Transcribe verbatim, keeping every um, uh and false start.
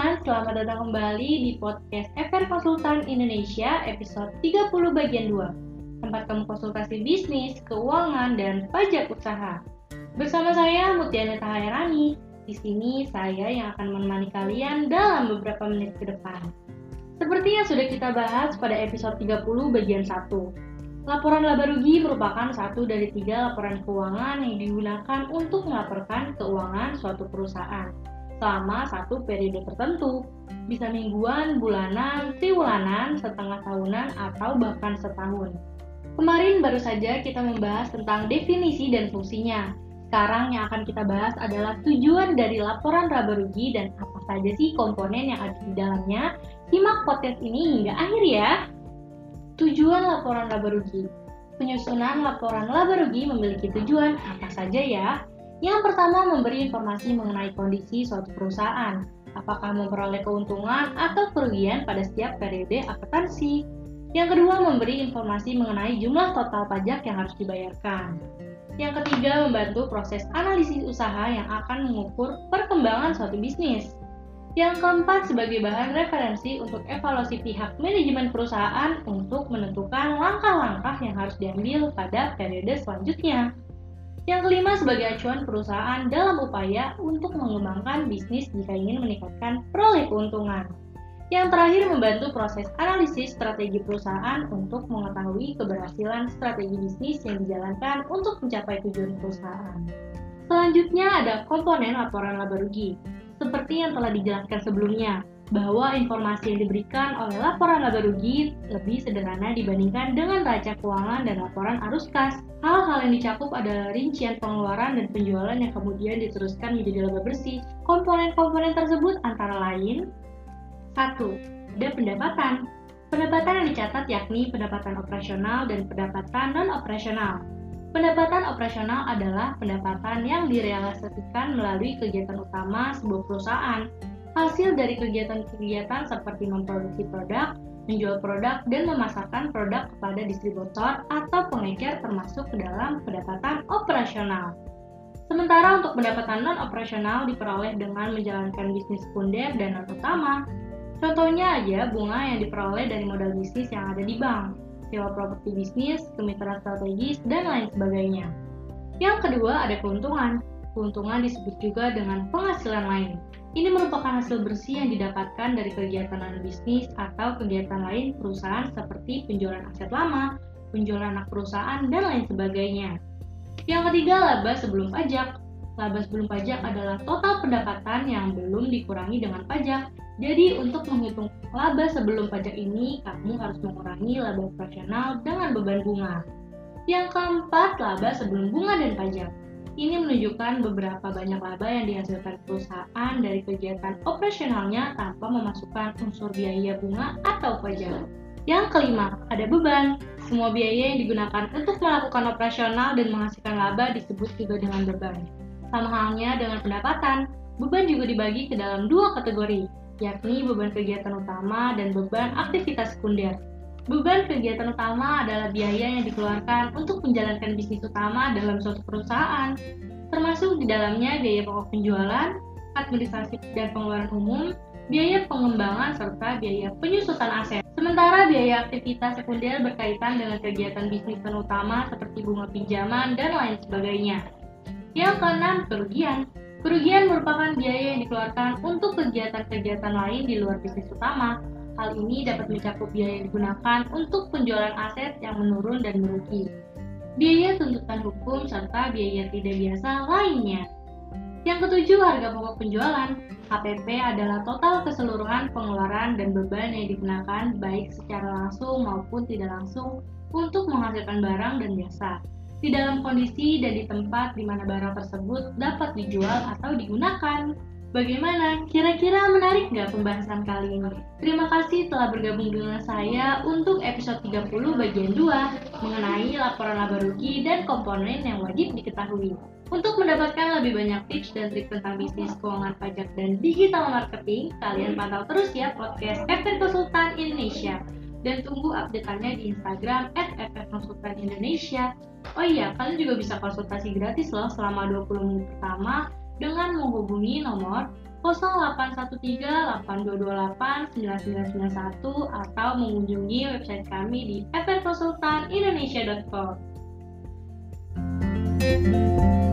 teman-teman, selamat datang kembali di podcast F R Konsultan Indonesia episode tiga puluh bagian dua, tempat kamu konsultasi bisnis, keuangan, dan pajak usaha. Bersama saya Mutiara Tahairani. Di sini saya yang akan menemani kalian dalam beberapa menit ke depan. Seperti yang sudah kita bahas pada episode tiga puluh bagian satu, laporan laba rugi merupakan satu dari tiga laporan keuangan yang digunakan untuk melaporkan keuangan suatu perusahaan selama satu periode tertentu, bisa mingguan, bulanan, triwulan, setengah tahunan, atau bahkan setahun. Kemarin baru saja kita membahas tentang definisi dan fungsinya. Sekarang yang akan kita bahas adalah tujuan dari laporan laba rugi dan apa saja sih komponen yang ada di dalamnya. Simak podcast ini hingga akhir ya. Tujuan laporan laba rugi. Penyusunan laporan laba rugi memiliki tujuan apa saja ya? Yang pertama, memberi informasi mengenai kondisi suatu perusahaan, apakah memperoleh keuntungan atau kerugian pada setiap periode akuntansi. Yang kedua, memberi informasi mengenai jumlah total pajak yang harus dibayarkan. Yang ketiga, membantu proses analisis usaha yang akan mengukur perkembangan suatu bisnis. Yang keempat, sebagai bahan referensi untuk evaluasi pihak manajemen perusahaan untuk menentukan langkah-langkah yang harus diambil pada periode selanjutnya. Yang kelima, sebagai acuan perusahaan dalam upaya untuk mengembangkan bisnis jika ingin meningkatkan peroleh keuntungan. Yang terakhir, membantu proses analisis strategi perusahaan untuk mengetahui keberhasilan strategi bisnis yang dijalankan untuk mencapai tujuan perusahaan. Selanjutnya ada komponen laporan laba rugi. Seperti yang telah dijelaskan sebelumnya, bahwa informasi yang diberikan oleh laporan laba rugi lebih sederhana dibandingkan dengan neraca keuangan dan laporan arus kas. Hal-hal yang dicakup adalah rincian pengeluaran dan penjualan yang kemudian diteruskan menjadi laba bersih. Komponen-komponen tersebut antara lain: satu. Ada pendapatan. Pendapatan yang dicatat yakni pendapatan operasional dan pendapatan non-operasional. Pendapatan operasional adalah pendapatan yang direalisasikan melalui kegiatan utama sebuah perusahaan. Hasil dari kegiatan-kegiatan seperti memproduksi produk, menjual produk, dan memasarkan produk kepada distributor atau pengecer termasuk ke dalam pendapatan operasional. Sementara untuk pendapatan non-operasional diperoleh dengan menjalankan bisnis sekunder dan non-utama. Contohnya aja bunga yang diperoleh dari modal bisnis yang ada di bank, sewa properti bisnis, kemitraan strategis, dan lain sebagainya. Yang kedua ada keuntungan. Keuntungan disebut juga dengan penghasilan lain. Ini merupakan hasil bersih yang didapatkan dari kegiatan non-bisnis atau kegiatan lain perusahaan seperti penjualan aset lama, penjualan anak perusahaan, dan lain sebagainya. Yang ketiga, laba sebelum pajak. Laba sebelum pajak adalah total pendapatan yang belum dikurangi dengan pajak. Jadi, untuk menghitung laba sebelum pajak ini, kamu harus mengurangi laba operasional dengan beban bunga. Yang keempat, laba sebelum bunga dan pajak. Ini menunjukkan beberapa banyak laba yang dihasilkan perusahaan dari kegiatan operasionalnya tanpa memasukkan unsur biaya bunga atau pajak. Yang kelima, ada beban. Semua biaya yang digunakan untuk melakukan operasional dan menghasilkan laba disebut juga dengan beban. Sama halnya dengan pendapatan, beban juga dibagi ke dalam dua kategori, yakni beban kegiatan utama dan beban aktivitas sekunder. Beban kegiatan utama adalah biaya yang dikeluarkan untuk menjalankan bisnis utama dalam suatu perusahaan, termasuk di dalamnya biaya pokok penjualan, administrasi dan pengeluaran umum, biaya pengembangan, serta biaya penyusutan aset. Sementara biaya aktivitas sekunder berkaitan dengan kegiatan bisnis utama seperti bunga pinjaman dan lain sebagainya. Yang keenam, kerugian. Kerugian merupakan biaya yang dikeluarkan untuk kegiatan-kegiatan lain di luar bisnis utama. Hal ini dapat mencakup biaya yang digunakan untuk penjualan aset yang menurun dan merugi, biaya tuntutan hukum, serta biaya tidak biasa lainnya. Yang ketujuh, harga pokok penjualan. H P P adalah total keseluruhan pengeluaran dan beban yang digunakan baik secara langsung maupun tidak langsung untuk menghasilkan barang dan jasa, di dalam kondisi dan di tempat di mana barang tersebut dapat dijual atau digunakan. Bagaimana? Kira-kira menarik nggak pembahasan kali ini? Terima kasih telah bergabung dengan saya untuk episode tiga puluh bagian dua mengenai laporan laba rugi dan komponen yang wajib diketahui. Untuk mendapatkan lebih banyak tips dan trik tentang bisnis, keuangan, pajak, dan digital marketing, kalian pantau terus ya podcast F R Konsultan Indonesia. Dan tunggu update-annya di Instagram at f r konsultan indonesia. Oh iya, kalian juga bisa konsultasi gratis loh selama dua puluh menit pertama dengan menghubungi nomor nol delapan satu tiga delapan dua dua delapan sembilan sembilan sembilan satu atau mengunjungi website kami di f r konsultan indonesia dot com.